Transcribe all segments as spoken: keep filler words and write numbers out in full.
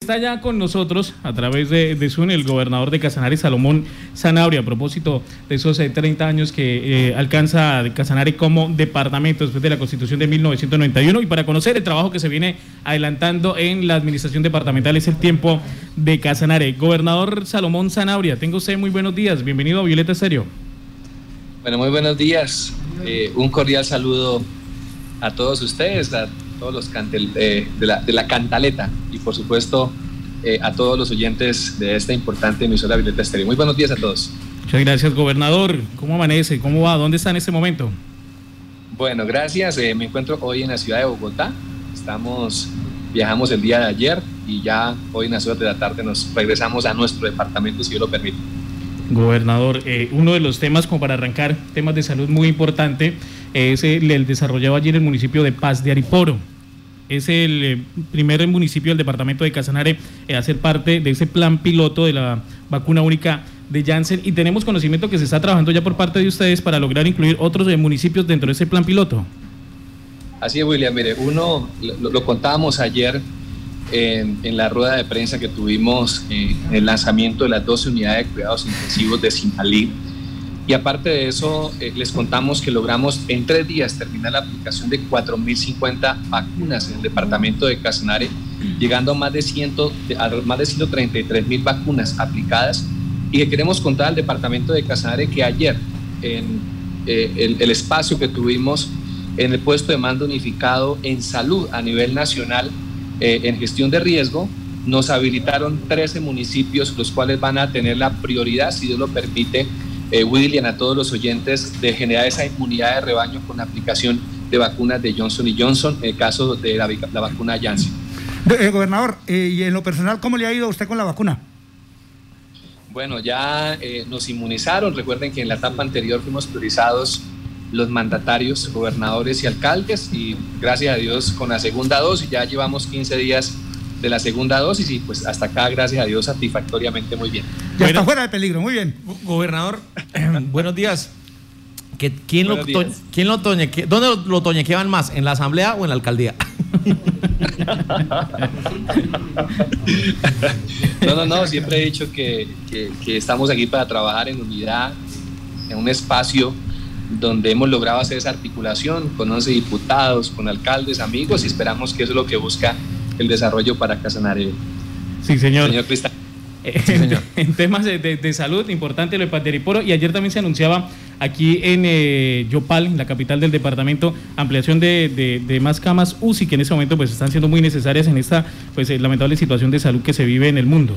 está ya con nosotros a través de, de Zoom el gobernador de Casanare, Salomón Sanabria, a propósito de esos eh, treinta años que eh, alcanza Casanare como departamento después de la Constitución de mil novecientos noventa y uno, y para conocer el trabajo que se viene adelantando en la administración departamental es el tiempo de Casanare. Gobernador Salomón Sanabria, tenga usted muy buenos días, bienvenido a Violeta Estéreo. Bueno, muy buenos días, eh, un cordial saludo a todos ustedes, a todos los cantel, eh, de, la, de la cantaleta y por supuesto eh, a todos los oyentes de esta importante emisora Violeta Estéreo. Muy buenos días a todos. Muchas gracias, gobernador. ¿Cómo amanece? ¿Cómo va? ¿Dónde está en este momento? Bueno, gracias. Eh, me encuentro hoy en la ciudad de Bogotá. Estamos, viajamos el día de ayer y ya hoy en las horas de la tarde nos regresamos a nuestro departamento, si Dios lo permite. Gobernador, eh, uno de los temas, como para arrancar, temas de salud muy importante, es el, el desarrollado allí en el municipio de Paz de Ariporo. Es el eh, primer municipio del departamento de Casanare en eh, hacer parte de ese plan piloto de la vacuna única de Janssen, y tenemos conocimiento que se está trabajando ya por parte de ustedes para lograr incluir otros eh, municipios dentro de ese plan piloto. Así es, William. Mire, uno, lo, lo contábamos ayer en, en la rueda de prensa que tuvimos eh, en el lanzamiento de las doce unidades de cuidados intensivos de Simalí. Y aparte de eso, eh, les contamos que logramos en tres días terminar la aplicación de cuatro mil cincuenta vacunas en el departamento de Casanare, llegando a más de, cien, a más de ciento treinta y tres mil vacunas aplicadas. Y que queremos contar al departamento de Casanare que ayer, en eh, el, el espacio que tuvimos en el puesto de mando unificado en salud a nivel nacional, eh, en gestión de riesgo, nos habilitaron trece municipios, los cuales van a tener la prioridad, si Dios lo permite, Eh, William, a todos los oyentes, de generar esa inmunidad de rebaño con la aplicación de vacunas de Johnson y Johnson, en el caso de la, la vacuna Janssen. Eh, gobernador, eh, y en lo personal, ¿cómo le ha ido a usted con la vacuna? Bueno, ya eh, nos inmunizaron. Recuerden que en la etapa anterior fuimos priorizados los mandatarios, gobernadores y alcaldes, y gracias a Dios con la segunda dosis ya llevamos quince días de la segunda dosis y pues hasta acá, gracias a Dios, satisfactoriamente muy bien. Ya bueno, está fuera de peligro, muy bien. Gobernador, eh, buenos días. ¿Qué, quién, buenos lo, días. To, ¿Quién lo toñeque? ¿Dónde lo, lo toñequean más? ¿En la asamblea o en la alcaldía? No, no, no, siempre he dicho que, que, que estamos aquí para trabajar en unidad, en un espacio donde hemos logrado hacer esa articulación con once diputados, con alcaldes, amigos, y esperamos que eso es lo que busca el desarrollo para Casanare. Sí, señor. Señor Cristal. Eh, sí, señor. En, en temas de, de, de salud, importante lo de Paz de Ariporo, y ayer también se anunciaba aquí en eh, Yopal, en la capital del departamento, ampliación de, de, de más camas U C I, que en ese momento pues están siendo muy necesarias en esta pues eh, lamentable situación de salud que se vive en el mundo.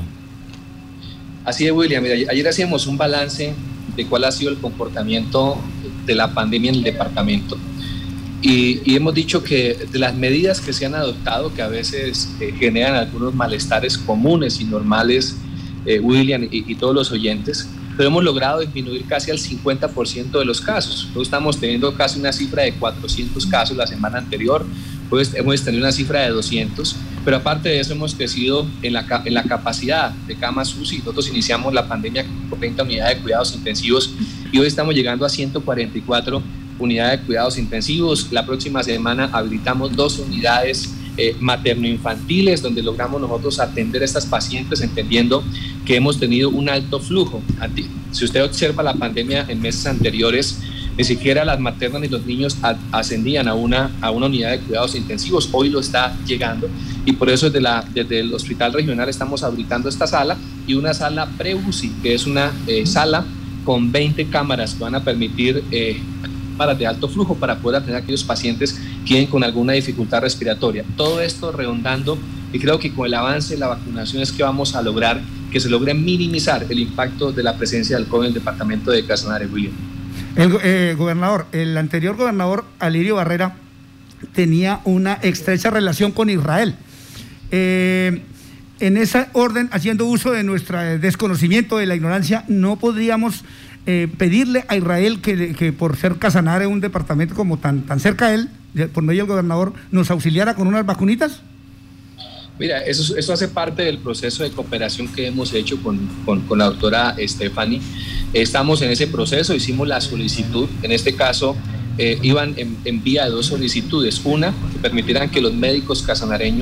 Así es, William. Mira, ayer hacíamos un balance de cuál ha sido el comportamiento de la pandemia en el departamento. Y, y hemos dicho que de las medidas que se han adoptado, que a veces eh, generan algunos malestares comunes y normales, eh, William y, y todos los oyentes, pero hemos logrado disminuir casi al cincuenta por ciento de los casos. Nosotros estamos teniendo casi una cifra de cuatrocientos casos la semana anterior, pues hemos tenido una cifra de doscientos, pero aparte de eso hemos crecido en la, en la capacidad de camas U C I. Nosotros iniciamos la pandemia con treinta unidades de cuidados intensivos y hoy estamos llegando a ciento cuarenta y cuatro unidades de cuidados intensivos. La próxima semana habilitamos dos unidades eh, materno-infantiles donde logramos nosotros atender a estas pacientes, entendiendo que hemos tenido un alto flujo. Si usted observa la pandemia en meses anteriores, ni siquiera las maternas ni los niños ascendían a una, a una unidad de cuidados intensivos. Hoy lo está llegando, y por eso desde, la, desde el hospital regional estamos habilitando esta sala y una sala pre-U C I, que es una eh, sala con veinte cámaras que van a permitir eh, para de alto flujo para poder atender a aquellos pacientes que vienen con alguna dificultad respiratoria. Todo esto redondando, y creo que con el avance de la vacunación es que vamos a lograr que se logre minimizar el impacto de la presencia del COVID en el departamento de Casanare, William. El eh, gobernador, el anterior gobernador Alirio Barrera tenía una estrecha relación con Israel. Eh, en ese orden, haciendo uso de nuestro desconocimiento, de la ignorancia, ¿no podríamos eh, pedirle a Israel que, que por ser Casanare un departamento como tan, tan cerca a él, por medio del gobernador, nos auxiliara con unas vacunitas? Mira, eso, eso hace parte del proceso de cooperación que hemos hecho con, con, con la doctora Stephanie. Estamos en ese proceso, hicimos la solicitud, en este caso eh, iban en, en vía de dos solicitudes. Una, que permitieran que los médicos casanareños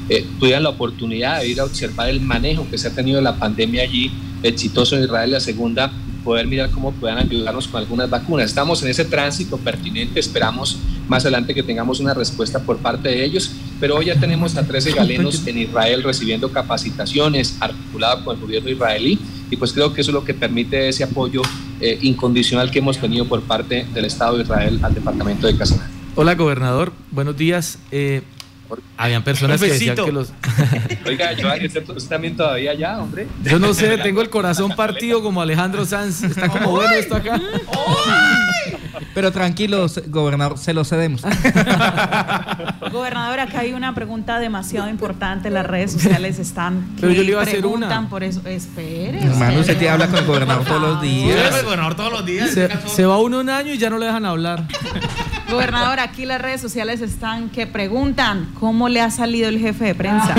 eh, tuvieran la oportunidad de ir a observar el manejo que se ha tenido de la pandemia allí, exitoso en Israel, la segunda, poder mirar cómo puedan ayudarnos con algunas vacunas. Estamos en ese tránsito pertinente, esperamos más adelante que tengamos una respuesta por parte de ellos, pero hoy ya tenemos a trece galenos en Israel recibiendo capacitaciones articuladas con el gobierno israelí, y pues creo que eso es lo que permite ese apoyo eh, incondicional que hemos tenido por parte del Estado de Israel al departamento de Casanare. Hola, gobernador, buenos días. Eh, habían personas que decían que los... Oiga, yo, ¿usted también todavía allá, hombre? Yo no sé, tengo el corazón partido como Alejandro Sanz. Está como bueno esto acá. Pero tranquilos, gobernador, se lo cedemos. Gobernador, acá hay una pregunta demasiado importante. Las redes sociales están. Pero yo le iba a hacer una. Por eso, espere. Hermano, usted te habla con el gobernador todos los días. Sí, el gobernador todos los días. Se, se va uno un año y ya no le dejan hablar. Gobernador, aquí las redes sociales están que preguntan cómo le ha salido el jefe de prensa.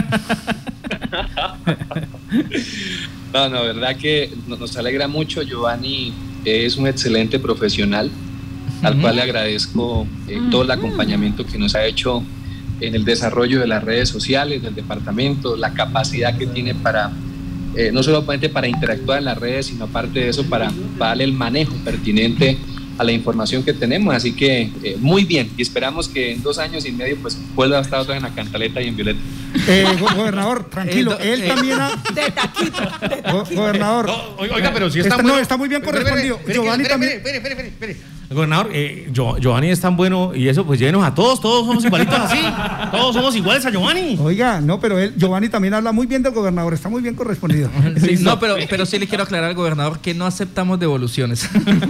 No, no, verdad que nos alegra mucho. Giovanni es un excelente profesional, al uh-huh. cual le agradezco eh, uh-huh. todo el acompañamiento que nos ha hecho en el desarrollo de las redes sociales del departamento, la capacidad que tiene para, eh, no solamente para interactuar en las redes, sino aparte de eso para, para darle el manejo pertinente a la información que tenemos, así que eh, muy bien, y esperamos que en dos años y medio pues vuelva a estar otra vez en la Cantaleta y en Violeta. Eh, go- gobernador, tranquilo, eh, él eh, también ha... De taquito, de taquito. Go- gobernador. No, oiga, pero si está, está bueno... No, está muy bien correspondido. Espere, espere, Giovanni espere, también... Espere, espere, espere, espere, espere. Gobernador, eh, Gio- Giovanni es tan bueno y eso, pues llévenos a todos, todos somos igualitos así, todos somos iguales a Giovanni. Oiga, no, pero él, Giovanni también habla muy bien del gobernador, está muy bien correspondido. Sí, no, pero, pero sí le quiero aclarar al gobernador que no aceptamos devoluciones.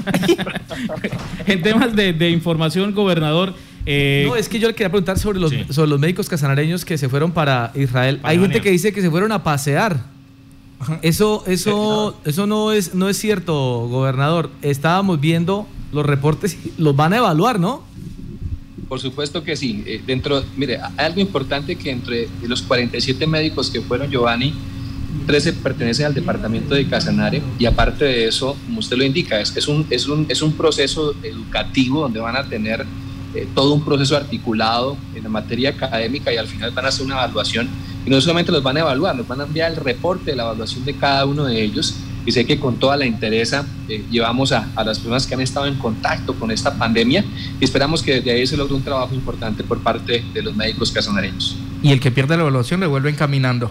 En temas de, de información, gobernador... Eh, no, es que yo le quería preguntar sobre los, sí. sobre los médicos casanareños que se fueron para Israel. Para Hay Alemania. Gente que dice que se fueron a pasear. Eso, eso, eso no es, no es cierto, gobernador. Estábamos viendo los reportes, los van a evaluar, ¿no? Por supuesto que sí. Eh, dentro, mire, hay algo importante que entre los cuarenta y siete médicos que fueron, Giovanni, trece pertenecen al departamento de Casanare, y aparte de eso, como usted lo indica, es, es, un, es, un, es un proceso educativo donde van a tener eh, todo un proceso articulado en la materia académica, y al final van a hacer una evaluación, y no solamente los van a evaluar, nos van a enviar el reporte de la evaluación de cada uno de ellos, y sé que con toda la interesa eh, llevamos a, a las personas que han estado en contacto con esta pandemia, y esperamos que desde ahí se logre un trabajo importante por parte de los médicos casanareños. Y el que pierde la evaluación le vuelven caminando.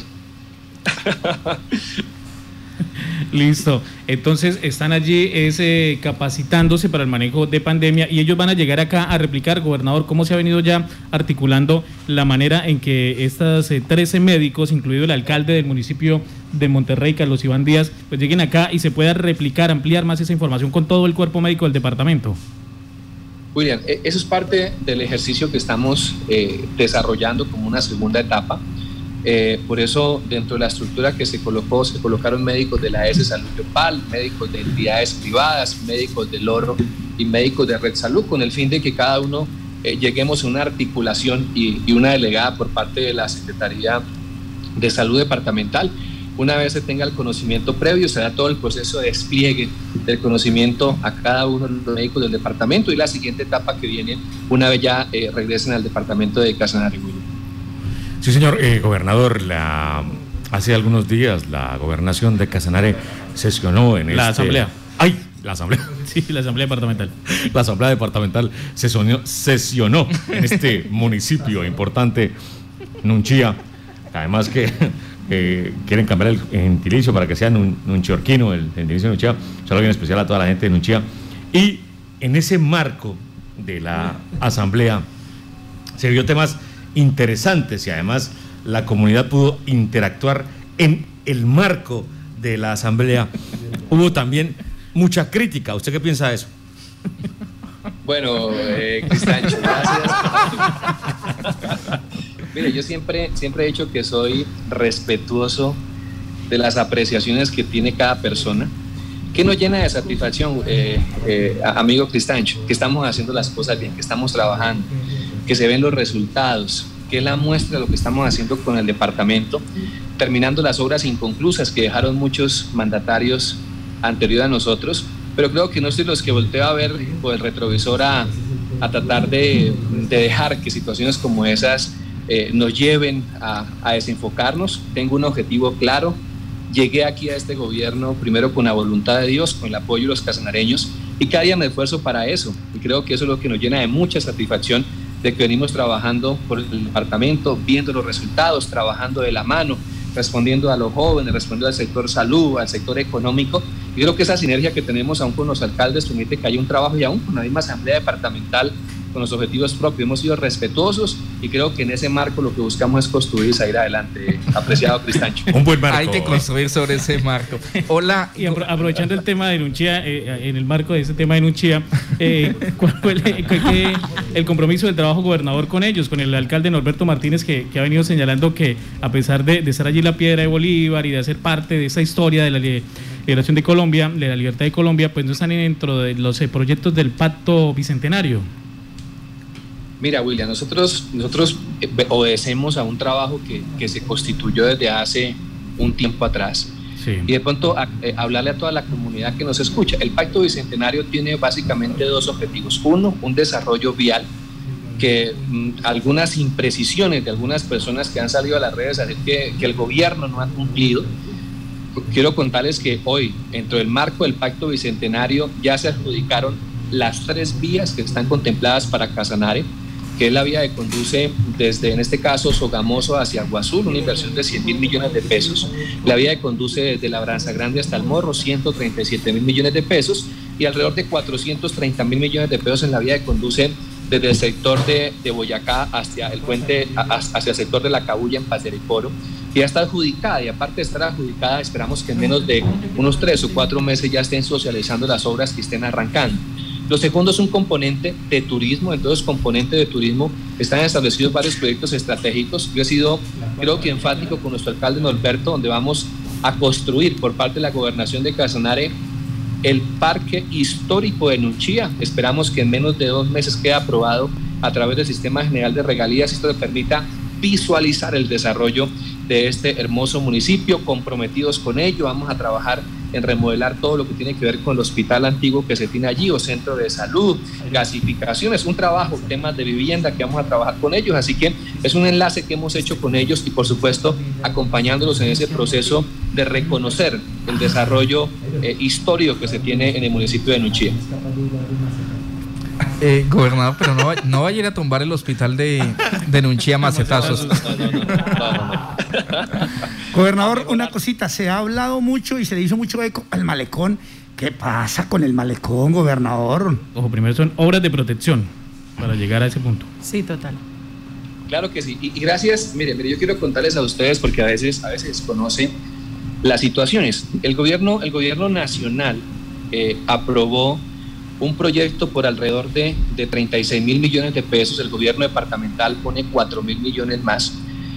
Listo, entonces están allí ese, capacitándose para el manejo de pandemia, y ellos van a llegar acá a replicar, gobernador, cómo se ha venido ya articulando la manera en que estos eh, trece médicos, incluido el alcalde del municipio de Monterrey, Carlos Iván Díaz, pues lleguen acá y se pueda replicar, ampliar más esa información con todo el cuerpo médico del departamento. William, eso es parte del ejercicio que estamos eh, desarrollando como una segunda etapa. Eh, por eso, dentro de la estructura que se colocó, se colocaron médicos de la E S Salud Yopal, médicos de entidades privadas, médicos del Oro y médicos de Red Salud, con el fin de que cada uno eh, lleguemos a una articulación y, y una delegada por parte de la Secretaría de Salud Departamental. Una vez se tenga el conocimiento previo, se da todo el proceso de despliegue del conocimiento a cada uno de los médicos del departamento, y la siguiente etapa que viene una vez ya eh, regresen al departamento de Casanare. Sí, señor eh, gobernador, la, hace algunos días la gobernación de Casanare sesionó en la este, asamblea. ¡Ay! La asamblea. Sí, la asamblea departamental. La asamblea departamental sesionó, sesionó en este municipio importante, Nunchía. Además que eh, quieren cambiar el gentilicio para que sea nun, nunchiorquino, el gentilicio de Nunchía. Saludo bien especial a toda la gente de Nunchía. Y en ese marco de la asamblea se vio temas interesantes, y además la comunidad pudo interactuar en el marco de la asamblea. Hubo también mucha crítica. ¿Usted qué piensa de eso? Bueno, eh, Cristancho, gracias. Mire, yo siempre, siempre he dicho que soy respetuoso de las apreciaciones que tiene cada persona. ¿Qué nos llena de satisfacción, eh, eh, amigo Cristancho? Que estamos haciendo las cosas bien, que estamos trabajando, que se ven los resultados, que es la muestra de lo que estamos haciendo con el departamento, terminando las obras inconclusas que dejaron muchos mandatarios anteriores a nosotros, pero creo que no soy los que volteo a ver por el retrovisor a, a tratar de, de dejar que situaciones como esas eh, nos lleven a, a desenfocarnos. Tengo un objetivo claro. Llegué aquí a este gobierno primero con la voluntad de Dios, con el apoyo de los casanareños, y cada día me esfuerzo para eso. Y creo que eso es lo que nos llena de mucha satisfacción, de que venimos trabajando por el departamento, viendo los resultados, trabajando de la mano, respondiendo a los jóvenes, respondiendo al sector salud, al sector económico. Y creo que esa sinergia que tenemos aún con los alcaldes permite que haya un trabajo, y aún con la misma asamblea departamental, con los objetivos propios. Hemos sido respetuosos y creo que en ese marco lo que buscamos es construir y salir adelante, apreciado Cristancho. Un buen marco. Hay que construir sobre ese marco. Hola. Y apro aprovechando el tema de Nunchía, eh, en el marco de ese tema de Nunchía, eh, ¿cuál fue el, el, el compromiso del trabajo gobernador con ellos, con el alcalde Norberto Martínez, que, que ha venido señalando que a pesar de, de estar allí la piedra de Bolívar y de hacer parte de esa historia de la liberación de Colombia, de la libertad de Colombia, pues no están dentro de los eh, proyectos del Pacto Bicentenario? Mira, William, nosotros, nosotros obedecemos a un trabajo que, que se constituyó desde hace un tiempo atrás. Sí. Y de pronto a, eh, hablarle a toda la comunidad que nos escucha. El Pacto Bicentenario tiene básicamente dos objetivos. Uno, un desarrollo vial, que mm, algunas imprecisiones de algunas personas que han salido a las redes a decir que, que el gobierno no ha cumplido. Quiero contarles que hoy, dentro del marco del Pacto Bicentenario, ya se adjudicaron las tres vías que están contempladas para Casanare, que es la vía que conduce desde, en este caso, Sogamoso hacia Aguazul, una inversión de cien mil millones de pesos, la vía que conduce desde Labranza Grande hasta El Morro, ciento treinta y siete mil millones de pesos, y alrededor de cuatrocientos treinta mil millones de pesos en la vía que conduce desde el sector de, de Boyacá hacia el puente, hacia el sector de La Cabulla en Paz de Ariporo, que ya está adjudicada, y aparte de estar adjudicada, esperamos que en menos de unos tres o cuatro meses ya estén socializando las obras que estén arrancando. Lo segundo es un componente de turismo. Entonces, componente de turismo, están establecidos varios proyectos estratégicos. Yo he sido, creo que enfático con nuestro alcalde Norberto, donde vamos a construir por parte de la gobernación de Casanare el parque histórico de Nunchía. Esperamos que en menos de dos meses quede aprobado a través del Sistema General de Regalías. Esto le permita visualizar el desarrollo de este hermoso municipio. Comprometidos con ello, vamos a trabajar en remodelar todo lo que tiene que ver con el hospital antiguo que se tiene allí, o centro de salud, gasificaciones, un trabajo, temas de vivienda que vamos a trabajar con ellos. Así que es un enlace que hemos hecho con ellos, y por supuesto acompañándolos en ese proceso de reconocer el desarrollo eh, histórico que se tiene en el municipio de Nunchía. Eh, gobernador, pero no, no vaya a ir a tumbar el hospital de, de Nunchía macetazos. Gobernador, una cosita, se ha hablado mucho y se le hizo mucho eco al malecón. ¿Qué pasa con el malecón, gobernador? Ojo, primero son obras de protección para llegar a ese punto. Sí, total. Claro que sí, y, y gracias. Mire, mire, yo quiero contarles a ustedes, porque a veces, a veces conocen las situaciones. El gobierno, el gobierno nacional eh, aprobó un proyecto por alrededor de, de treinta y seis mil millones de pesos. El gobierno departamental pone cuatro mil millones más.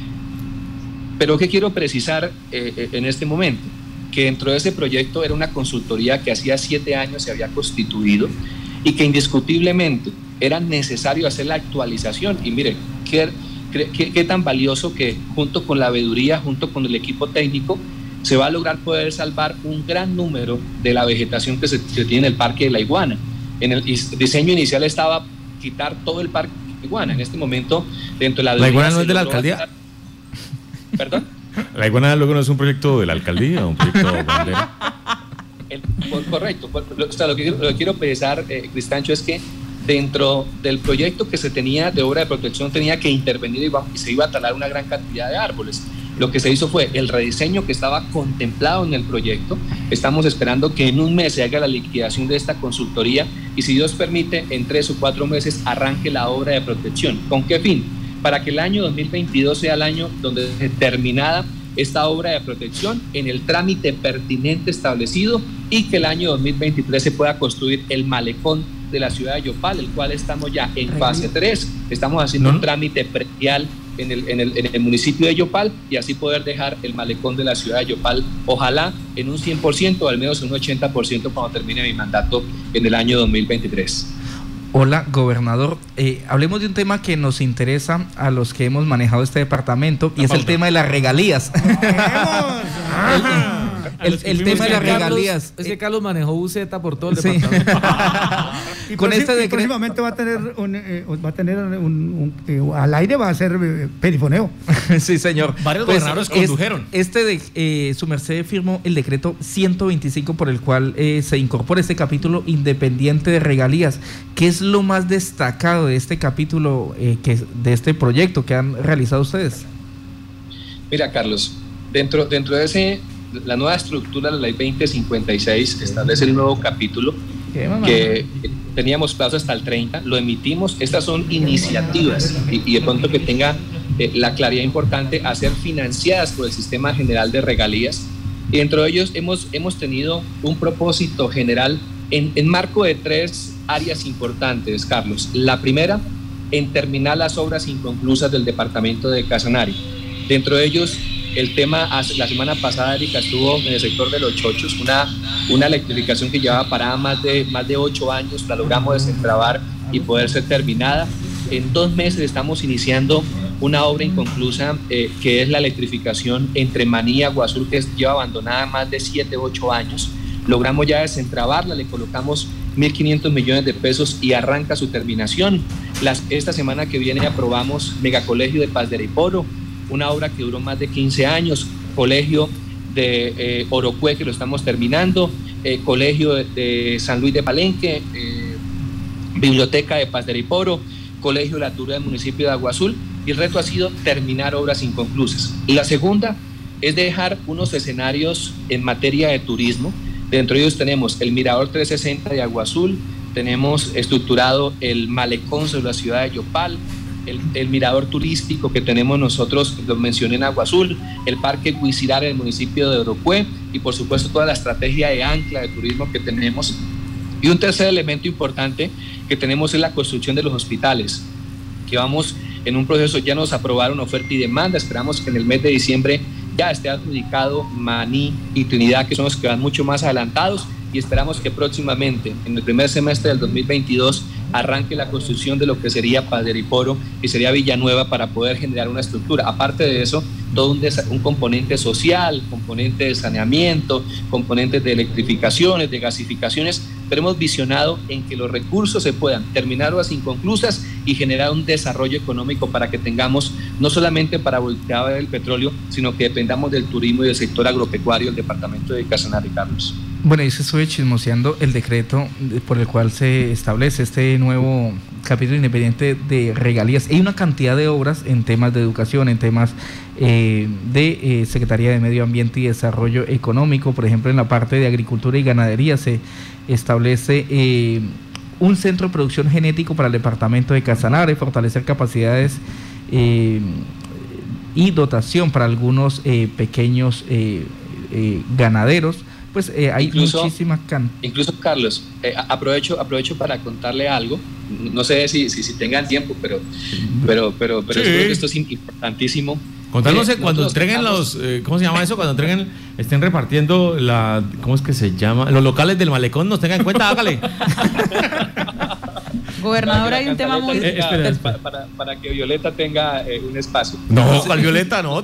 Pero ¿qué quiero precisar eh, en este momento? Que dentro de ese proyecto era una consultoría que hacía siete años se había constituido, y que indiscutiblemente era necesario hacer la actualización. Y mire, qué, qué, qué tan valioso que junto con la veeduría, junto con el equipo técnico, se va a lograr poder salvar un gran número de la vegetación que se, se tiene en el Parque de la Iguana. En el diseño inicial estaba quitar todo el Parque de la Iguana. En este momento, dentro de la... ¿La Iguana no es de la alcaldía? Hacer... ¿Perdón? ¿La Iguana luego no es un proyecto de la alcaldía o un proyecto bandera? El, correcto. O sea, lo, que, lo que quiero pensar, eh, Cristancho, es que dentro del proyecto que se tenía de obra de protección tenía que intervenir y, y se iba a talar una gran cantidad de árboles. Lo que se hizo fue el rediseño que estaba contemplado en el proyecto. Estamos esperando que en un mes se haga la liquidación de esta consultoría, y si Dios permite, en tres o cuatro meses arranque la obra de protección. ¿Con qué fin? Para que el año dos mil veintidós sea el año donde esté terminada esta obra de protección en el trámite pertinente establecido, y que el año dos mil veintitrés se pueda construir el malecón de la ciudad de Yopal, el cual estamos ya en fase tres. Estamos haciendo ¿No? un trámite predial en el, en, el, en el municipio de Yopal, y así poder dejar el malecón de la ciudad de Yopal, ojalá en un cien por ciento o al menos un ochenta por ciento cuando termine mi mandato en el año dos mil veintitrés. Hola, gobernador. Eh, hablemos de un tema que nos interesa a los que hemos manejado este departamento, y es el tema de las regalías. el el, el tema de las regalías. Es que Carlos manejó Buceta por todo el departamento. Y con próxim- este y decreto. próximamente va a tener un, eh, va a tener un, un- eh, al aire va a ser eh, perifoneo. Sí, señor. Varios Pues, gobernadores es- condujeron. Este de eh, su merced firmó el decreto ciento veinticinco por el cual eh, se incorpora este capítulo independiente de regalías. ¿Qué es lo más destacado de este capítulo, eh, que, de este proyecto que han realizado ustedes? Mira, Carlos, dentro, dentro de ese, la nueva estructura de la ley veinte cincuenta y seis establece el nuevo capítulo que teníamos plazo hasta el treinta, lo emitimos. Estas son iniciativas y, y de pronto que tenga eh, la claridad importante a ser financiadas por el Sistema General de Regalías. Y dentro de ellos hemos, hemos tenido un propósito general en, en marco de tres áreas importantes, Carlos. La primera, en terminar las obras inconclusas del departamento de Casanare. Dentro de ellos, el tema, la semana pasada, Erika, estuvo en el sector de los Chochos, una, una electrificación que llevaba parada más de, más de ocho años, la logramos desentrabar y poder ser terminada. En dos meses estamos iniciando una obra inconclusa eh, que es la electrificación entre Maní y Agua Azul, que lleva abandonada más de siete, ocho años. Logramos ya desentrabarla, le colocamos mil quinientos millones de pesos y arranca su terminación. Las, esta semana que viene aprobamos Megacolegio de Paz de Ariporo, una obra que duró más de quince años, Colegio de eh, Orocue, que lo estamos terminando, eh, Colegio de, de San Luis de Palenque, eh, Biblioteca de Paz de Ariporo, Colegio de la Turba del municipio de Agua Azul, y el reto ha sido terminar obras inconclusas. Y la segunda es dejar unos escenarios en materia de turismo. Dentro de ellos tenemos el Mirador trescientos sesenta de Agua Azul, tenemos estructurado el malecón sobre la ciudad de Yopal, el, el mirador turístico que tenemos nosotros, lo mencioné en Agua Azul, el Parque Huizirar en el municipio de Orocue y por supuesto toda la estrategia de ancla de turismo que tenemos. Y un tercer elemento importante que tenemos es la construcción de los hospitales, que vamos en un proceso, ya nos aprobaron oferta y demanda, esperamos que en el mes de diciembre ya esté adjudicado Maní y Trinidad, que son los que van mucho más adelantados, y esperamos que próximamente, en el primer semestre del dos mil veintidós, arranque la construcción de lo que sería Paz de Ariporo y sería Villanueva para poder generar una estructura. Aparte de eso, todo un, un componente social, componente de saneamiento, componentes de electrificaciones, de gasificaciones, pero hemos visionado en que los recursos se puedan terminar obras inconclusas y generar un desarrollo económico para que tengamos, no solamente para voltear el petróleo, sino que dependamos del turismo y del sector agropecuario del departamento de Casanare, Carlos. Bueno, y se estuve chismoseando el decreto por el cual se establece este nuevo capítulo independiente de regalías. Hay una cantidad de obras en temas de educación, en temas eh, de eh, Secretaría de Medio Ambiente y Desarrollo Económico. Por ejemplo, en la parte de agricultura y ganadería se establece eh, un centro de producción genético para el departamento de Casanare, fortalecer capacidades eh, y dotación para algunos eh, pequeños eh, eh, ganaderos. Pues eh, hay incluso, muchísimas can... incluso Carlos, eh, aprovecho aprovecho para contarle algo. No sé si si, si tengan tiempo, pero pero pero pero Sí. esto, esto es importantísimo. Contarnos Eh, cuando nosotros entreguen estamos- los, eh, ¿cómo se llama eso? Cuando entreguen, estén repartiendo la, ¿cómo es que se llama? Los locales del malecón, nos tengan en cuenta, hágale. Gobernador, Para hay que un la tema Cantaleta muy... tenga- Eh, espera, espera. Para, para- para que Violeta tenga eh, un espacio. No, ¿cuál Violeta? No.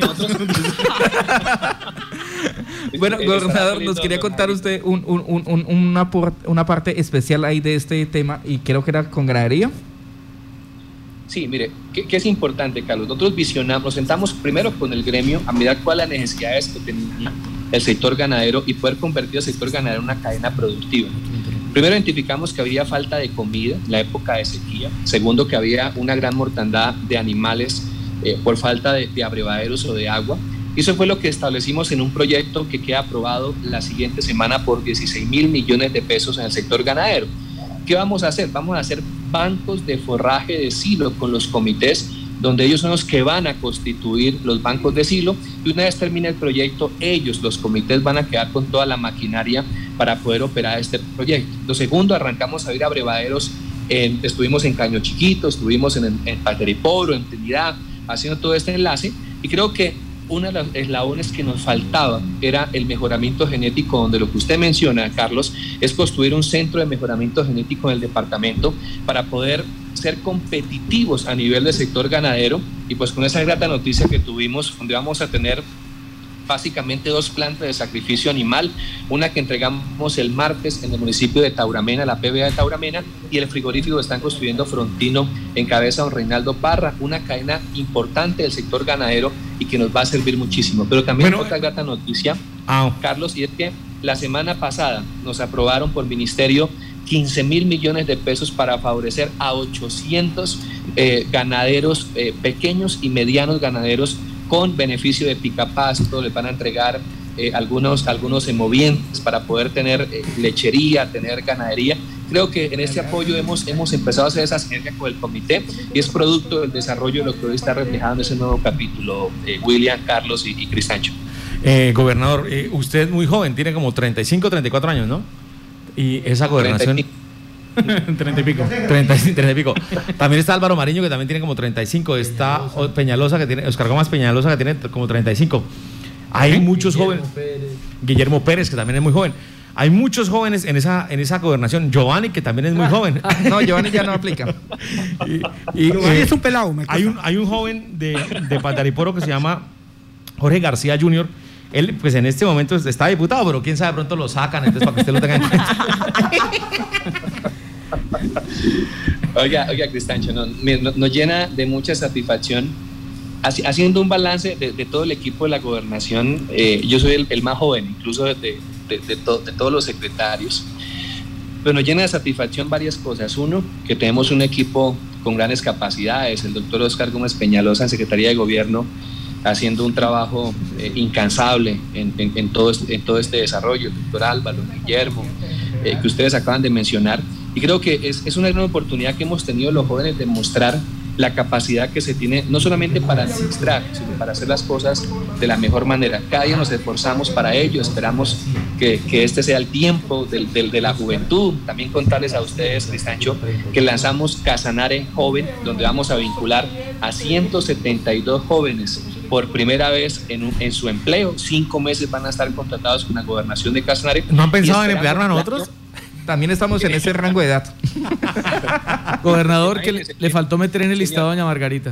Bueno, Eh, gobernador, estará nos lindo, quería don contar Javi. usted un, un, un, un- una, por- una parte especial ahí de este tema, y creo que era con ganadería. Sí, mire, ¿qué, qué es importante, Carlos? Nosotros visionamos, nos sentamos primero con el gremio a mirar cuáles las necesidades que tenía el sector ganadero y poder convertir el sector ganadero en una cadena productiva. Primero identificamos que había falta de comida en la época de sequía. Segundo, que había una gran mortandad de animales eh, por falta de, de abrevaderos o de agua. Y eso fue lo que establecimos en un proyecto que queda aprobado la siguiente semana por dieciséis mil millones de pesos en el sector ganadero. ¿Qué vamos a hacer? Vamos a hacer bancos de forraje de silo con los comités, donde ellos son los que van a constituir los bancos de silo, y una vez termine el proyecto, ellos, los comités, van a quedar con toda la maquinaria para poder operar este proyecto. Lo segundo, arrancamos a ir a abrevaderos, en, estuvimos en Caño Chiquito, estuvimos en, en Paz de Ariporo, en Trinidad, haciendo todo este enlace, y creo que una de las eslabones que nos faltaba era el mejoramiento genético, donde lo que usted menciona, Carlos, es construir un centro de mejoramiento genético en el departamento para poder ser competitivos a nivel del sector ganadero, y pues con esa grata noticia que tuvimos, donde vamos a tener básicamente dos plantas de sacrificio animal, una que entregamos el martes en el municipio de Tauramena, la P B A de Tauramena, y el frigorífico que están construyendo Frontino en cabeza de don Reinaldo Parra, una cadena importante del sector ganadero y que nos va a servir muchísimo. Pero también bueno, otra grata noticia, ah. Carlos, y es que la semana pasada nos aprobaron por ministerio quince mil millones de pesos para favorecer a ochocientos eh, ganaderos, eh, pequeños y medianos ganaderos con beneficio de picapasto. Les van a entregar eh, algunos, algunos emovientes para poder tener eh, lechería, tener ganadería. Creo que en este apoyo hemos, hemos empezado a hacer esa sinergia con el comité y es producto del desarrollo de lo que hoy está reflejado en ese nuevo capítulo, eh, William, Carlos y, y Cristancho. Eh, gobernador, eh, usted es muy joven, tiene como treinta y cinco, treinta y cuatro años, ¿no? Y esa gobernación... treinta y pico. treinta, treinta y pico. También está Álvaro Mariño, que también tiene como treinta y cinco. Está Peñalosa, que tiene, Oscar Gómez Peñalosa, que tiene como treinta y cinco. Hay ¿Eh? muchos Guillermo jóvenes. Pérez. Guillermo Pérez, que también es muy joven. Hay muchos jóvenes en esa, en esa gobernación. Giovanni, que también es muy joven. No, Giovanni ya no aplica. y, y, Giovanni eh, es un pelado. Me hay, un, hay un joven de, de Paz de Ariporo que se llama Jorge García junior Él, pues en este momento está diputado, pero quién sabe, pronto lo sacan, entonces para que usted lo tenga en cuenta. Oiga, oiga, Cristancho, no, nos, nos llena de mucha satisfacción. Haciendo un balance de, de todo el equipo de la gobernación, eh, yo soy el, el más joven, incluso de, de, de, to, de todos los secretarios, pero nos llena de satisfacción varias cosas. Uno, que tenemos un equipo con grandes capacidades, el doctor Oscar Gómez Peñalosa en Secretaría de Gobierno, haciendo un trabajo eh, incansable en, en, en, todo este, en todo este desarrollo, el doctor Álvaro, Guillermo, eh, que ustedes acaban de mencionar, y creo que es, es una gran oportunidad que hemos tenido los jóvenes de mostrar la capacidad que se tiene, no solamente para administrar, sino para hacer las cosas de la mejor manera. Cada día nos esforzamos para ello, esperamos que, que este sea el tiempo del, del, de la juventud. También contarles a ustedes, Cristancho, que lanzamos Casanare Joven, donde vamos a vincular a ciento setenta y dos jóvenes por primera vez en, un, en su empleo. Cinco meses van a estar contratados con la gobernación de Casanare. ¿No han pensado en emplearnos a nosotros? También estamos en ese rango de edad. Gobernador, que le, le faltó meter en el listado a doña Margarita.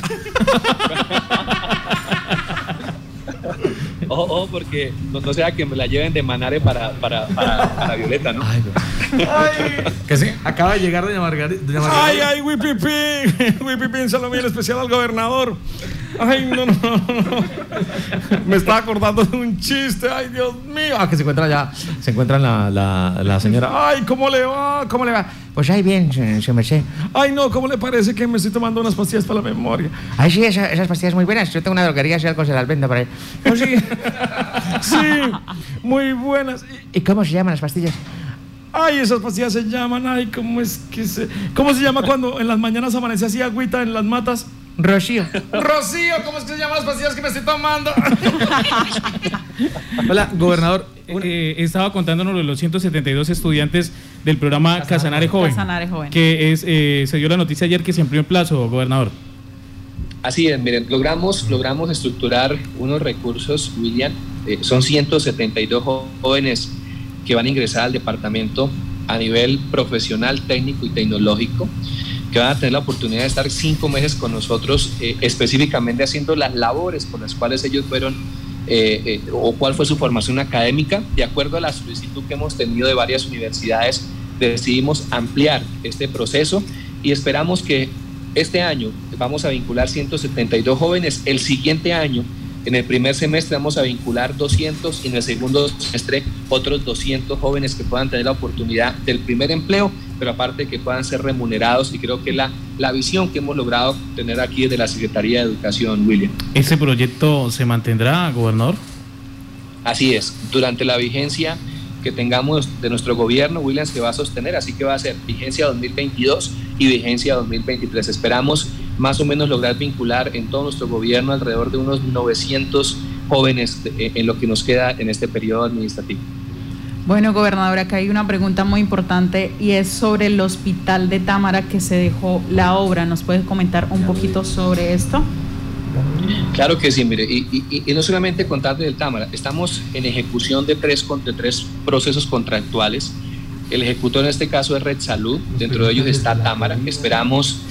Ojo, ojo, porque no, no sea que me la lleven de Manare para, para, para, para Violeta, ¿no? Ay, ay, que sí. Acaba de llegar doña Margarita. Doña Margarita. Ay, ay, Wipipín. Wipipín, saludo bien especial al gobernador. Ay, no, no, no, no. Me estaba acordando de un chiste. Ay, Dios mío. Ah, que se encuentra ya. Se encuentra la, la, la señora. Ay, ¿cómo le va? ¿Cómo le va? Pues ahí bien, se, se me sé. Ay, no, ¿cómo le parece que me estoy tomando unas pastillas para la memoria? Ay, sí, esa, esas pastillas muy buenas. Yo tengo una droguería, si algo se las vendo por ahí. Oh, sí. Sí, muy buenas. ¿Y cómo se llaman las pastillas? Ay, esas pastillas se llaman, ay, ¿cómo es que se...? ¿Cómo se llama cuando en las mañanas amanece así agüita en las matas? Rocío. Rocío, ¿cómo es que se llaman las pastillas que me estoy tomando? Hola, gobernador. Eh, estaba contándonos de los ciento setenta y dos estudiantes del programa Casanare, Casanare Joven. Casanare Joven. Que es, eh, se dio la noticia ayer que se amplió en plazo, gobernador. Así es, miren, logramos, logramos estructurar unos recursos, William. Eh, son ciento setenta y dos jóvenes que van a ingresar al departamento a nivel profesional, técnico y tecnológico, que van a tener la oportunidad de estar cinco meses con nosotros, eh, específicamente haciendo las labores por las cuales ellos fueron, eh, eh, o cuál fue su formación académica. De acuerdo a la solicitud que hemos tenido de varias universidades, decidimos ampliar este proceso y esperamos que este año vamos a vincular ciento setenta y dos jóvenes. El siguiente año, en el primer semestre, vamos a vincular doscientos y en el segundo semestre otros doscientos jóvenes que puedan tener la oportunidad del primer empleo, pero aparte que puedan ser remunerados, y creo que es la, la visión que hemos logrado tener aquí desde la Secretaría de Educación, William. ¿Ese proyecto se mantendrá, gobernador? Así es, durante la vigencia que tengamos de nuestro gobierno, William, se va a sostener, así que va a ser vigencia dos mil veintidós y vigencia dos mil veintitrés. Esperamos más o menos lograr vincular en todo nuestro gobierno alrededor de unos novecientos jóvenes de, en lo que nos queda en este periodo administrativo. Bueno, gobernador, acá hay una pregunta muy importante y es sobre el hospital de Támara, que se dejó la obra. ¿Nos puedes comentar un poquito sobre esto? Claro que sí, mire, y, y, y no solamente contarle del Támara, estamos en ejecución de tres, de tres procesos contractuales. El ejecutor en este caso es Red Salud, dentro de ellos está Támara. Esperamos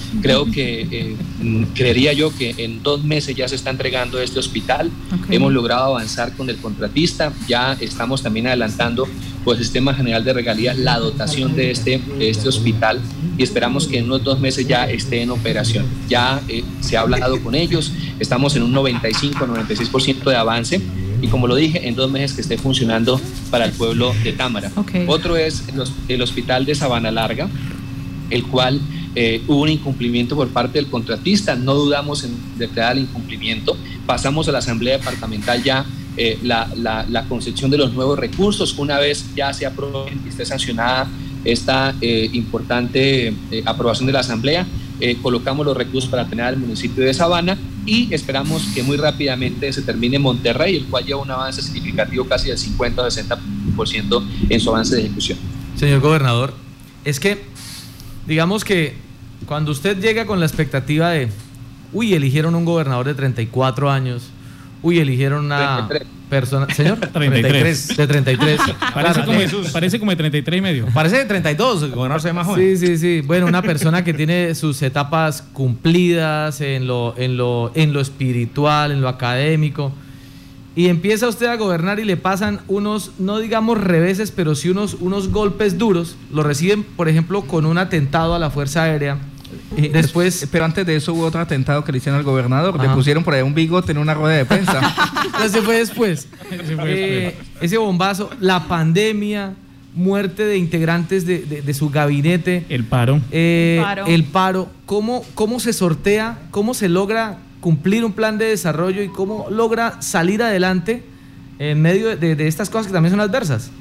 Creo que, eh, creería yo que en dos meses ya se está entregando este hospital. Okay. Hemos logrado avanzar con el contratista, ya estamos también adelantando por el Sistema General de Regalías la dotación de este, de este hospital y esperamos que en unos dos meses ya esté en operación. Ya eh, se ha hablado con ellos, estamos en un noventa y cinco, noventa y seis por ciento de avance y como lo dije, en dos meses que esté funcionando para el pueblo de Támara. Okay. Otro es el, el hospital de Sabana Larga, el cual eh, hubo un incumplimiento por parte del contratista, no dudamos en declarar el incumplimiento, pasamos a la Asamblea Departamental ya eh, la, la, la concepción de los nuevos recursos, una vez ya se apruebe y esté sancionada esta eh, importante eh, aprobación de la Asamblea, eh, colocamos los recursos para tener al municipio de Sabana y esperamos que muy rápidamente se termine Monterrey, el cual lleva un avance significativo casi del cincuenta o sesenta por ciento en su avance de ejecución. Señor gobernador, es que digamos que cuando usted llega con la expectativa de, uy, eligieron un gobernador de treinta y cuatro años, uy, eligieron una treinta y tres persona, señor, treinta y tres, de treinta y tres, parece, como de, parece como de treinta y tres y medio, parece de treinta y dos, el gobernador se ve más joven. Sí, sí, sí, bueno, una persona que tiene sus etapas cumplidas en lo, en lo, en lo espiritual, en lo académico, y empieza usted a gobernar y le pasan unos, no digamos reveses, pero sí unos, unos golpes duros. Lo reciben, por ejemplo, con un atentado a la Fuerza Aérea. Y después, pero antes de eso hubo otro atentado que le hicieron al gobernador. Ajá. Le pusieron por ahí un bigote en una rueda de prensa. Ese fue después. Ese, fue eh, después. Ese bombazo, la pandemia, muerte de integrantes de, de, de su gabinete. El paro. Eh, el paro. El paro. ¿Cómo, ¿Cómo se sortea? ¿Cómo se logra cumplir un plan de desarrollo y cómo logra salir adelante en medio de, de estas cosas que también son adversas?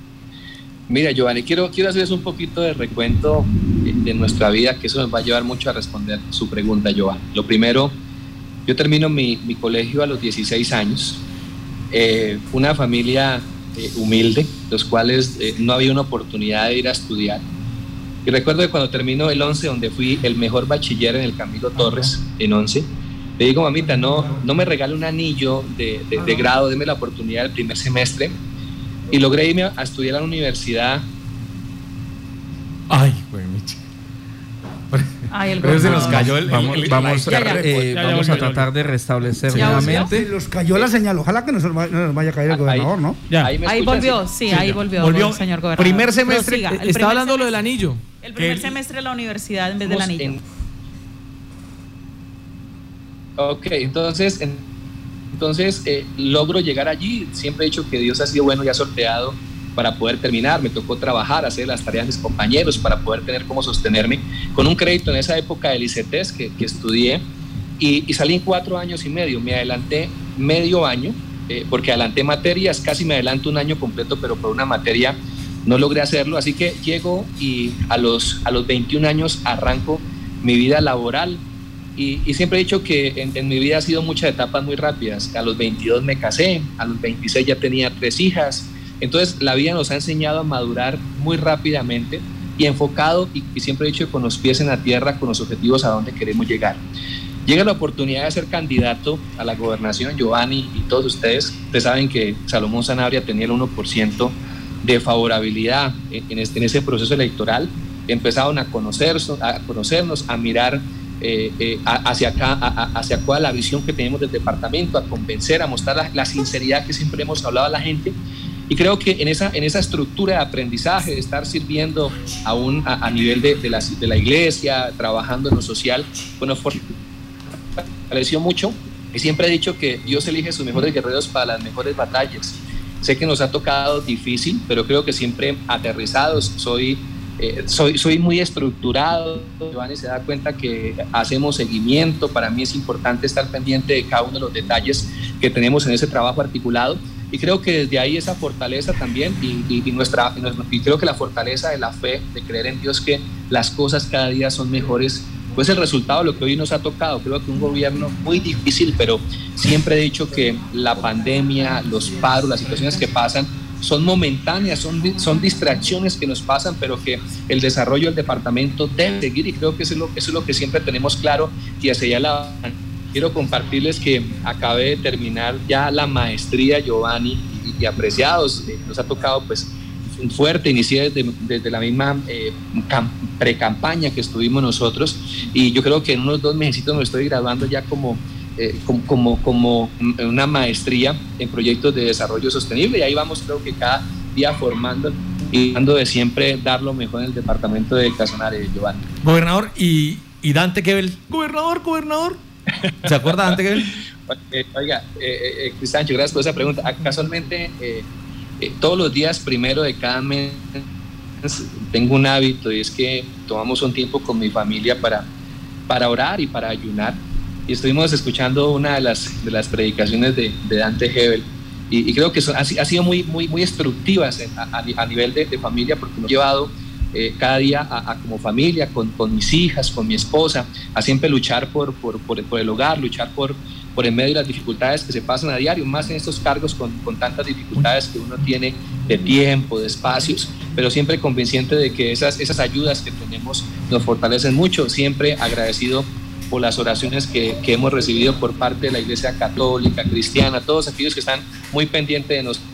Mira, Giovanni, quiero, quiero hacerles un poquito de recuento de, de nuestra vida, que eso nos va a ayudar mucho a responder su pregunta, Giovanni. Lo primero, yo termino mi, mi colegio a los dieciséis años, eh, una familia eh, humilde, los cuales eh, no había una oportunidad de ir a estudiar. Y recuerdo que cuando termino el once, donde fui el mejor bachiller en el Camilo Torres, en once, le digo, mamita, no, no me regale un anillo de, de, de grado, deme la oportunidad del primer semestre. Y logré irme a estudiar a la universidad. Ay, güey, Michi. Ay, el Pero se nos cayó el... Vamos, el, vamos, ya, ya. Eh, ya, vamos ya, a tratar de restablecer nuevamente. Se nos cayó la señal, ojalá que no se nos vaya, no nos vaya a caer el gobernador, ¿no? Ya. Ahí, ahí volvió, sí, sí, ahí volvió, volvió, señor gobernador. Primer semestre, siga, está primer hablando semestre, lo del anillo. El primer semestre de la universidad en vez del anillo. En, ok, entonces... En, Entonces eh, logro llegar allí, siempre he dicho que Dios ha sido bueno y ha sorteado para poder terminar, me tocó trabajar, hacer las tareas de mis compañeros para poder tener cómo sostenerme, con un crédito en esa época del I C E T E S que, que estudié y, y salí en cuatro años y medio, me adelanté medio año, eh, porque adelanté materias, casi me adelanto un año completo, pero por una materia no logré hacerlo, así que llego y a los, a los veintiún años arranco mi vida laboral. Y, y siempre he dicho que en, en mi vida ha sido muchas etapas muy rápidas. A los veintidós me casé, a los veintiséis ya tenía tres hijas. Entonces la vida nos ha enseñado a madurar muy rápidamente y enfocado, y, y siempre he dicho con los pies en la tierra, con los objetivos a donde queremos llegar. Llega la oportunidad de ser candidato a la gobernación, Giovanni y todos ustedes. Ustedes saben que Salomón Sanabria tenía el uno por ciento de favorabilidad en, en, este, en ese proceso electoral. Empezaron a, conocer, a conocernos, a mirar Eh, eh, hacia acá, a, a, hacia cuál la visión que tenemos del departamento, a convencer, a mostrar la, la sinceridad que siempre hemos hablado a la gente. Y creo que en esa, en esa estructura de aprendizaje, de estar sirviendo aún a, a nivel de, de, la, de la iglesia, trabajando en lo social, bueno, fortaleció mucho. Y siempre he dicho que Dios elige sus mejores guerreros para las mejores batallas. Sé que nos ha tocado difícil, pero creo que siempre aterrizados. Soy Eh, soy, soy muy estructurado, Giovanni se da cuenta que hacemos seguimiento, para mí es importante estar pendiente de cada uno de los detalles que tenemos en ese trabajo articulado y creo que desde ahí esa fortaleza también y, y, y, nuestra, y creo que la fortaleza de la fe, de creer en Dios que las cosas cada día son mejores, pues el resultado de lo que hoy nos ha tocado. Creo que un gobierno muy difícil, pero siempre he dicho que la pandemia, los paros, las situaciones que pasan son momentáneas, son, son distracciones que nos pasan, pero que el desarrollo del departamento debe seguir y creo que eso es lo, eso es lo que siempre tenemos claro y hacia allá la... Quiero compartirles que acabé de terminar ya la maestría, Giovanni y, y apreciados, eh, nos ha tocado pues fuerte, inicié desde, desde la misma eh, pre-campaña que estuvimos nosotros, y yo creo que en unos dos meses me estoy graduando ya como, eh, como, como, como una maestría en proyectos de desarrollo sostenible, y ahí vamos creo que cada día formando y dando de siempre dar lo mejor en el departamento de Casanare, Giovanni. Gobernador, y, y Dante Gebel, gobernador, gobernador, ¿se acuerda de Dante Gebel? Eh, oiga, eh, eh, Cristancho, gracias por esa pregunta. Ah, casualmente, eh, eh, todos los días primero de cada mes tengo un hábito, y es que tomamos un tiempo con mi familia para, para orar y para ayunar, y estuvimos escuchando una de las, de las predicaciones de, de Dante Gebel, y, y creo que son, ha, ha sido muy, muy, muy instructivas a, a, a nivel de, de familia, porque nos ha llevado eh, cada día a, a como familia, con, con mis hijas, con mi esposa, a siempre luchar por, por, por, por el hogar, luchar por, por en medio de las dificultades que se pasan a diario, más en estos cargos con, con tantas dificultades que uno tiene de tiempo, de espacios, pero siempre convenciente de que esas, esas ayudas que tenemos nos fortalecen mucho, siempre agradecido por las oraciones que, que hemos recibido por parte de la Iglesia Católica, Cristiana, todos aquellos que están muy pendientes de nosotros.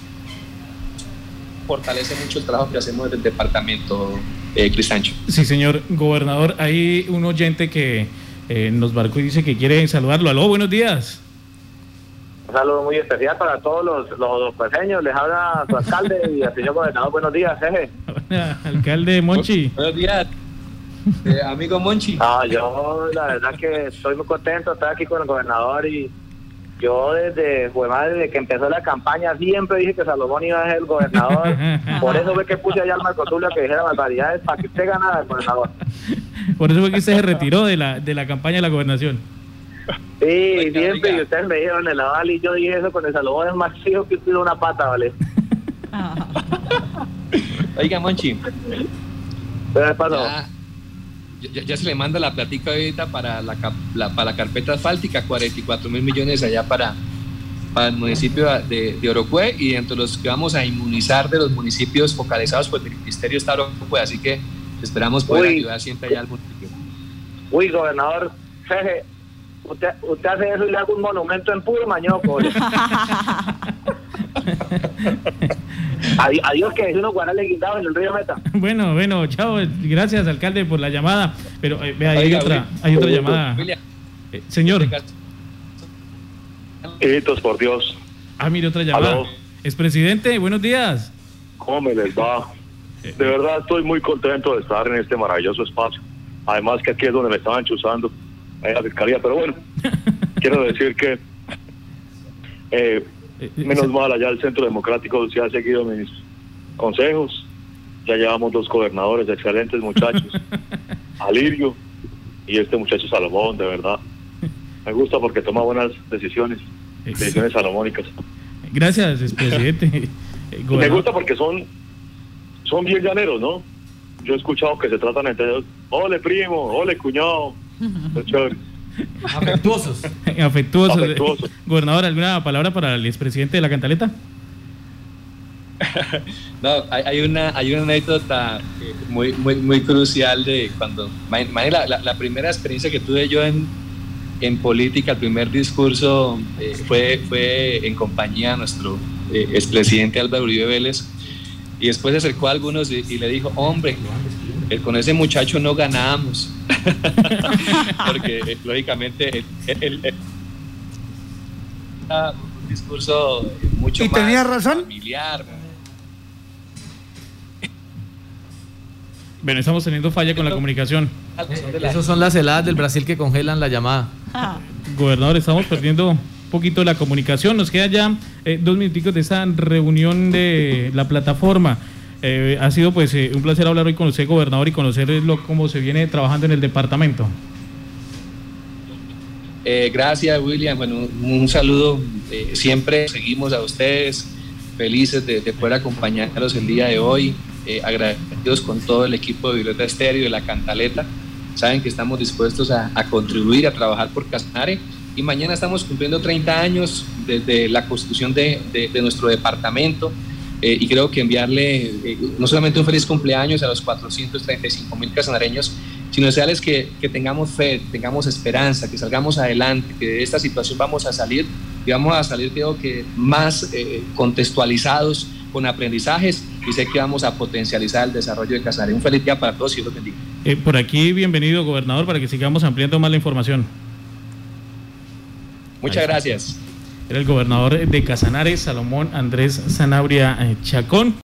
Fortalece mucho el trabajo que hacemos desde el departamento, eh, Cristancho. Sí, señor gobernador, hay un oyente que eh, nos marcó y dice que quiere saludarlo. Aló, buenos días. Un saludo muy especial para todos los, los pequeños. Les habla su alcalde y al señor gobernador. Buenos días, jeje. Alcalde Monchi. Buenos días, eh, amigo Monchi. Ah, yo la verdad que estoy muy contento de estar aquí con el gobernador, y yo desde, fue más desde que empezó la campaña siempre dije que Salomón iba a ser el gobernador. Por eso fue que puse allá al Marco Tulio que dijera barbaridades para que usted ganara el gobernador. Por eso fue que usted se retiró de la, de la campaña de la gobernación. Sí, oiga, siempre, oiga. Y ustedes me dijeron en la Vale, y yo dije eso con el Salomón es más fijo que usted una pata, ¿vale? Oiga, Monchi. ¿Qué pasó? Ya, ya, ya se le manda la platica ahorita para la, la, para la carpeta asfáltica, cuarenta y cuatro mil millones allá para, para el municipio de, de Orocue, y entre los que vamos a inmunizar de los municipios focalizados por el Ministerio está Orocue, así que esperamos poder Uy. ayudar siempre allá al municipio. Uy, gobernador, jeje, usted, usted hace eso y le hago un monumento en puro mañoco. Adiós, adiós, que es unos guarales guindados en el río Meta. Bueno, bueno, chao, gracias alcalde por la llamada, pero eh, vea, hay, Oiga, otra, hay otra llamada. Eh, señor. Hijitos, por Dios. Ah, mire, otra llamada. ¿Aló? Expresidente, buenos días. ¿Cómo me les va? De verdad estoy muy contento de estar en este maravilloso espacio. Además que aquí es donde me estaban chuzando, en la fiscalía, pero bueno, quiero decir que eh, menos mal allá el Centro Democrático se ha seguido mis consejos. Ya llevamos dos gobernadores excelentes muchachos, Alirio y este muchacho Salomón, de verdad. Me gusta porque toma buenas decisiones, decisiones salomónicas. Gracias, expresidente. Me gusta porque son, son bien llaneros, ¿no? Yo he escuchado que se tratan entre ellos, ole primo, ole cuñado. Es chévere. Afectuosos. Afectuosos. Afectuosos. Gobernador, ¿alguna palabra para el expresidente de la Cantaleta? No, hay, hay una hay una anécdota muy muy muy crucial de cuando la, la, la primera experiencia que tuve yo en, en política, el primer discurso eh, fue fue en compañía de nuestro eh, expresidente Álvaro Uribe Vélez, y después se acercó a algunos y, y le dijo, hombre, eh, con ese muchacho no ganamos. Porque eh, lógicamente el, el, el, el, un discurso mucho ¿Y más tenía razón? familiar. Bueno, estamos teniendo falla con la comunicación. Esas son las heladas del Brasil que congelan la llamada. Gobernador, estamos perdiendo un poquito la comunicación. Nos quedan ya eh, dos minuticos de esta reunión de la plataforma. Eh, ha sido pues eh, un placer hablar hoy con usted, gobernador, y conocer lo, cómo se viene trabajando en el departamento. Eh, gracias, William. Bueno, un, un saludo. Eh, siempre seguimos a ustedes, felices de, de poder acompañarlos el día de hoy. Eh, agradecidos con todo el equipo de Violeta Estéreo y de la Cantaleta. Saben que estamos dispuestos a, a contribuir, a trabajar por Casanare, y mañana estamos cumpliendo treinta años desde la constitución de, de, de nuestro departamento. Eh, y creo que enviarle eh, no solamente un feliz cumpleaños a los cuatrocientos treinta y cinco mil casanareños, sino desearles que, que tengamos fe, tengamos esperanza, que salgamos adelante, que de esta situación vamos a salir, y vamos a salir creo que más eh, contextualizados, con aprendizajes y sé que vamos a potencializar el desarrollo de Casanare. Un feliz día para todos y Dios los bendiga. Eh, por aquí, bienvenido, gobernador, para que sigamos ampliando más la información. Muchas gracias. Era el gobernador de Casanare, Salomón Andrés Sanabria Chacón.